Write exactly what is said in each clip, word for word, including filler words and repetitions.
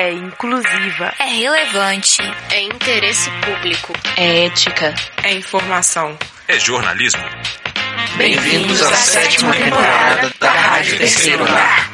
É inclusiva. É relevante. É interesse público. É ética. É informação. É jornalismo. Bem-vindos à sétima temporada da Rádio Terceiro Andar.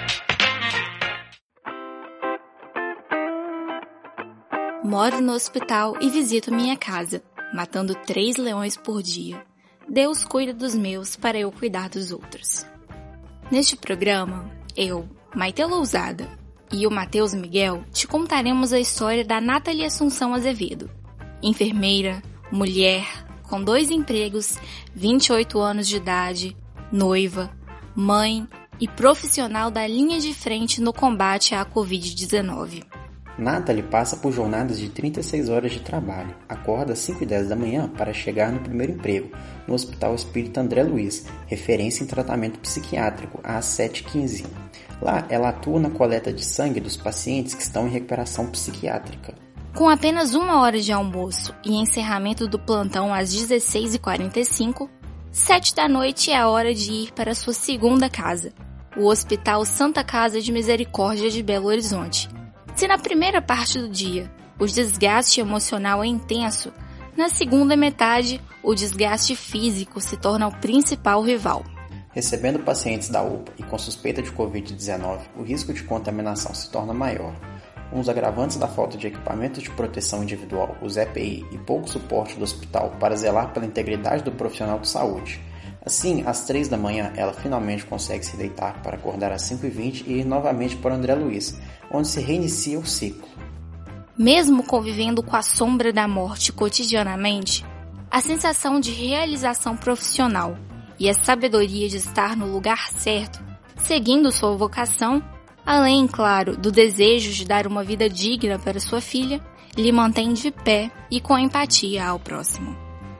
Moro no hospital e visito minha casa, matando três leões por dia. Deus cuida dos meus para eu cuidar dos outros. Neste programa, eu, Maite Lousada, e o Matheus Miguel te contaremos a história da Nathalie Assunção Azevedo, enfermeira, mulher, com dois empregos, vinte e oito anos de idade, noiva, mãe e profissional da linha de frente no combate à covid dezenove. Nathalie passa por jornadas de trinta e seis horas de trabalho. Acorda às cinco e dez da manhã para chegar no primeiro emprego, no Hospital Espírita André Luiz, referência em tratamento psiquiátrico, às sete e quinze. Lá, ela atua na coleta de sangue dos pacientes que estão em recuperação psiquiátrica. Com apenas uma hora de almoço e encerramento do plantão às dezesseis e quarenta e cinco, sete da noite é a hora de ir para sua segunda casa, o Hospital Santa Casa de Misericórdia de Belo Horizonte. Se na primeira parte do dia o desgaste emocional é intenso, na segunda metade o desgaste físico se torna o principal rival. Recebendo pacientes da U P A e com suspeita de covid dezenove, o risco de contaminação se torna maior. Um dos agravantes da falta de equipamentos de proteção individual, os E P I, e pouco suporte do hospital para zelar pela integridade do profissional de saúde. Assim, às três da manhã, ela finalmente consegue se deitar para acordar às cinco e vinte e ir novamente para o André Luiz, onde se reinicia o ciclo. Mesmo convivendo com a sombra da morte cotidianamente, a sensação de realização profissional e a sabedoria de estar no lugar certo, seguindo sua vocação, além, claro, do desejo de dar uma vida digna para sua filha, lhe mantém de pé e com empatia ao próximo.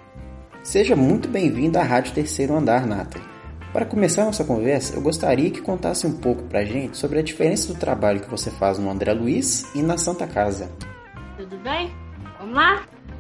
Seja muito bem-vinda à Rádio Terceiro Andar, Nathalie. Para começar nossa conversa, eu gostaria que contasse um pouco pra gente sobre a diferença do trabalho que você faz no André Luiz e na Santa Casa. Tudo bem? Vamos lá?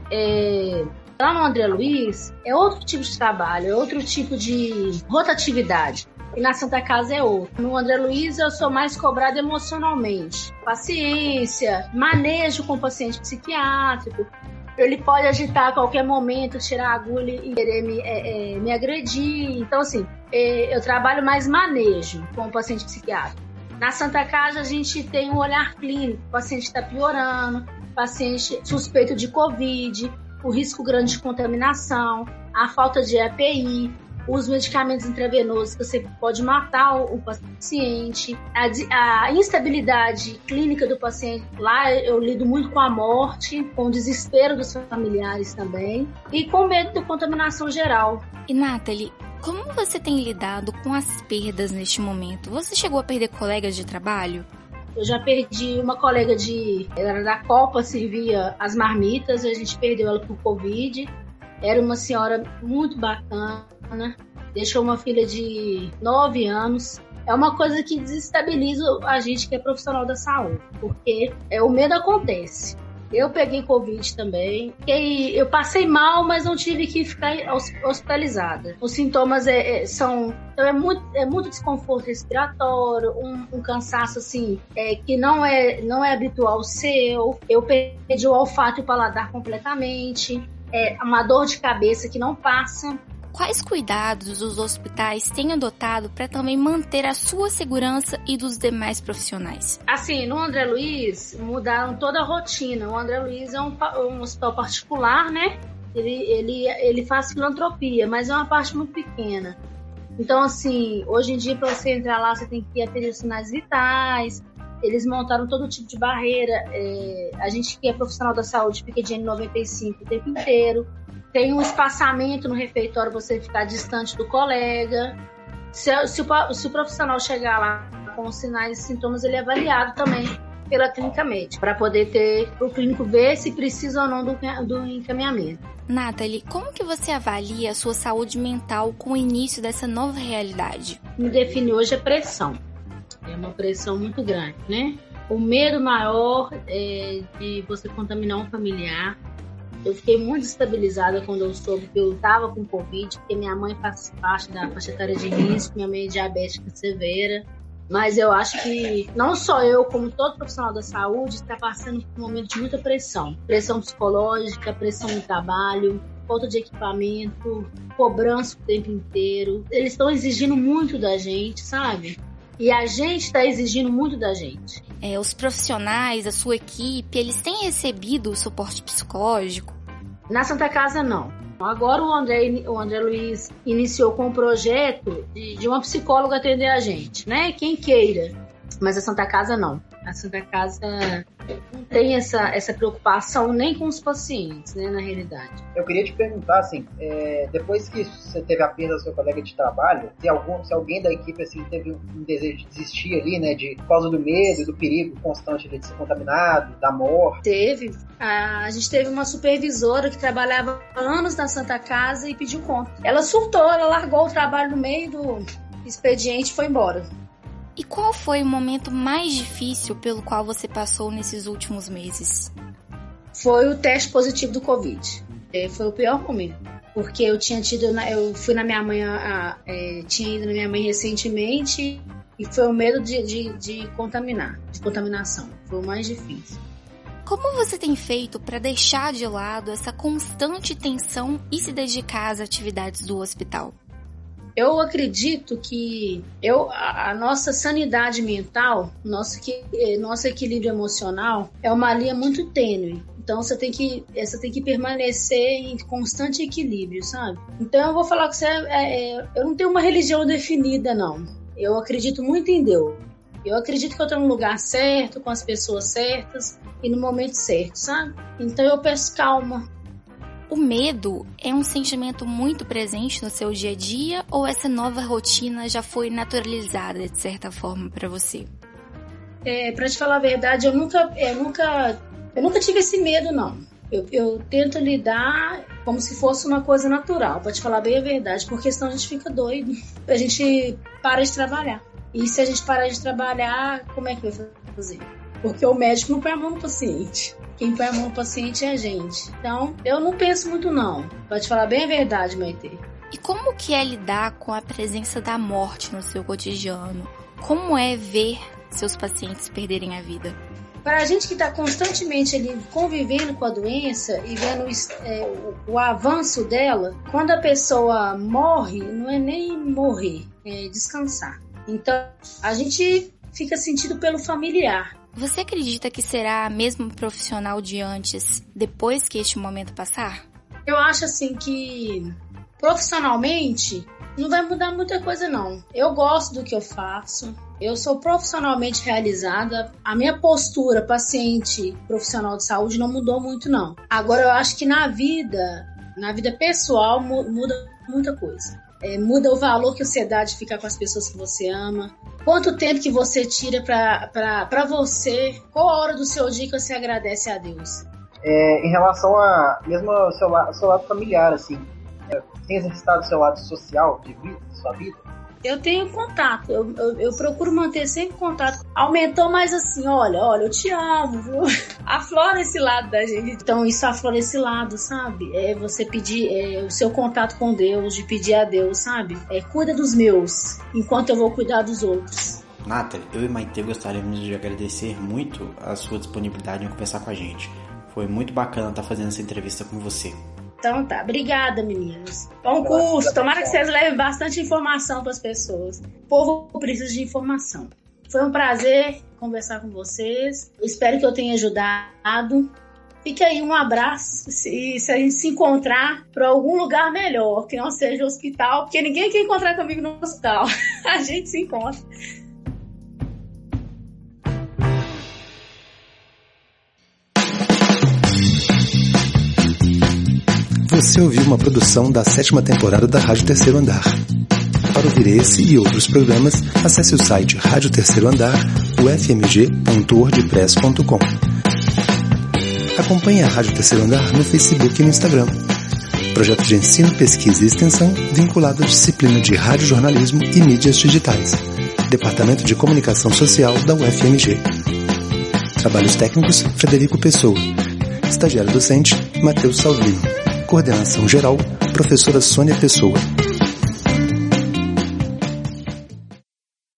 É... Lá no André Luiz é outro tipo de trabalho, é outro tipo de rotatividade. E na Santa Casa é outro. No André Luiz eu sou mais cobrada emocionalmente. Paciência, manejo com o paciente psiquiátrico. Ele pode agitar a qualquer momento, tirar a agulha e querer me, é, é, me agredir. Então, assim, é, eu trabalho mais manejo com o paciente psiquiátrico. Na Santa Casa, a gente tem um olhar clínico. O paciente está piorando, paciente suspeito de Covid, o risco grande de contaminação, a falta de E P I, os medicamentos intravenosos que você pode matar o, o paciente, a, a instabilidade clínica do paciente. Lá eu lido muito com a morte, com o desespero dos familiares também e com medo de contaminação geral. E Nathalie, como você tem lidado com as perdas neste momento? Você chegou a perder colegas de trabalho? Eu já perdi uma colega de... Ela era da Copa, servia as marmitas, a gente perdeu ela por Covid. Era uma senhora muito bacana, deixou uma filha de nove anos. É uma coisa que desestabiliza a gente que é profissional da saúde, porque é, o medo acontece. Eu peguei Covid também, e eu passei mal, mas não tive que ficar hospitalizada. Os sintomas é, é, são então é, muito, é muito desconforto respiratório, um, um cansaço assim, é, que não é, não é habitual seu. Eu perdi o olfato e o paladar completamente. É uma dor de cabeça que não passa. Quais cuidados os hospitais têm adotado para também manter a sua segurança e dos demais profissionais? Assim, no André Luiz, mudaram toda a rotina. O André Luiz é um, um hospital particular, né? Ele, ele, ele faz filantropia, mas é uma parte muito pequena. Então, assim, hoje em dia, para você entrar lá, você tem que ir aferir os sinais vitais. Eles montaram todo tipo de barreira. É, a gente que é profissional da saúde fica de N noventa e cinco o tempo inteiro. Tem um espaçamento no refeitório para você ficar distante do colega. Se, se, o, se o profissional chegar lá com os sinais e sintomas, ele é avaliado também pela clínica médica, para poder ter o clínico ver se precisa ou não do, do encaminhamento. Nathalie, como que você avalia a sua saúde mental com o início dessa nova realidade? Me define hoje a pressão. É uma pressão muito grande, né? O medo maior é de você contaminar um familiar. Eu fiquei muito estabilizada quando eu soube que eu estava com Covid, porque minha mãe faz parte da faixa etária de risco, minha mãe é diabética severa. Mas eu acho que não só eu, como todo profissional da saúde, está passando por um momento de muita pressão. Pressão psicológica, pressão no trabalho, falta de equipamento, cobrança o tempo inteiro. Eles estão exigindo muito da gente, sabe? E a gente está exigindo muito da gente. É, os profissionais, a sua equipe, eles têm recebido o suporte psicológico? Na Santa Casa, não. Agora o André, o André Luiz iniciou com um projeto de, de uma psicóloga atender a gente, né? Quem queira. Mas a Santa Casa, não. A Santa Casa não tem essa, essa preocupação nem com os pacientes, né, na realidade. Eu queria te perguntar, assim, é, depois que você teve a perda do seu colega de trabalho, se, algum, se alguém da equipe, assim, teve um, um desejo de desistir ali, né, de, por causa do medo, do perigo constante de ser contaminado, da morte? Teve. A, a gente teve uma supervisora que trabalhava anos na Santa Casa e pediu conta. Ela surtou, ela largou o trabalho no meio do expediente e foi embora. E qual foi o momento mais difícil pelo qual você passou nesses últimos meses? Foi o teste positivo do Covid. Foi o pior momento. Porque eu tinha tido, eu fui na minha mãe, a, é, tinha ido na minha mãe recentemente e foi o medo de, de, de contaminar, de contaminação. Foi o mais difícil. Como você tem feito para deixar de lado essa constante tensão e se dedicar às atividades do hospital? Eu acredito que eu, a, a nossa sanidade mental, nosso, que, nosso equilíbrio emocional é uma linha muito tênue. Então você tem que, você tem que permanecer em constante equilíbrio, sabe? Então eu vou falar que você, é, é, eu não tenho uma religião definida, não. Eu acredito muito em Deus. Eu acredito que eu estou no lugar certo, com as pessoas certas e no momento certo, sabe? Então eu peço calma. O medo é um sentimento muito presente no seu dia a dia ou essa nova rotina já foi naturalizada de certa forma para você? É, para te falar a verdade, eu nunca, eu nunca, eu nunca tive esse medo, não. Eu, eu tento lidar como se fosse uma coisa natural, para te falar bem a verdade, porque senão a gente fica doido, a gente para de trabalhar. E se a gente parar de trabalhar, como é que vai fazer? Porque o médico não põe a mão no paciente. Quem põe a mão no paciente é a gente. Então, eu não penso muito não. Pra te falar bem a verdade, Maitê. E como que é lidar com a presença da morte no seu cotidiano? Como é ver seus pacientes perderem a vida? Para a gente que está constantemente ali convivendo com a doença e vendo é, o, o avanço dela, quando a pessoa morre, não é nem morrer, é descansar. Então, a gente fica sentido pelo familiar. Você acredita que será a mesma profissional de antes, depois que este momento passar? Eu acho assim que, profissionalmente, não vai mudar muita coisa não. Eu gosto do que eu faço, eu sou profissionalmente realizada, a minha postura paciente profissional de saúde não mudou muito não. Agora eu acho que na vida, na vida pessoal muda muita coisa. É, muda o valor que você dá de ficar com as pessoas que você ama. Quanto tempo que você tira pra, pra, pra você? Qual a hora do seu dia que você agradece a Deus? É, em relação a mesmo ao seu, ao seu lado familiar, assim, é, tem exercitado o seu lado social de vida, de sua vida? Eu tenho contato, eu, eu, eu procuro manter sempre contato. Aumentou mais assim, olha, olha, eu te amo, viu? Aflora esse lado da gente. Então isso aflora esse lado, sabe? É você pedir é, o seu contato com Deus, de pedir a Deus, sabe? É, cuida dos meus, enquanto eu vou cuidar dos outros. Nathalie, eu e Maitê gostaríamos de agradecer muito a sua disponibilidade em conversar com a gente. Foi muito bacana estar fazendo essa entrevista com você. Então tá, obrigada meninos. Bom curso, tomara que vocês levem bastante informação para as pessoas. O povo precisa de informação. Foi um prazer conversar com vocês. Eu espero que eu tenha ajudado. Fica aí um abraço e se a gente se encontrar para algum lugar melhor, que não seja o hospital, porque ninguém quer encontrar comigo no hospital. A gente se encontra. Você ouviu uma produção da sétima temporada da Rádio Terceiro Andar. Para ouvir esse e outros programas, acesse o site rádio terceiro andar u f m g ponto wordpress ponto com. Acompanhe a Rádio Terceiro Andar no Facebook e no Instagram. Projeto de ensino, pesquisa e extensão vinculado à disciplina de radiojornalismo e mídias digitais. Departamento de Comunicação Social da U F M G. Trabalhos técnicos, Frederico Pessoa. Estagiário docente, Matheus Salvino. Coordenação geral, professora Sônia Pessoa.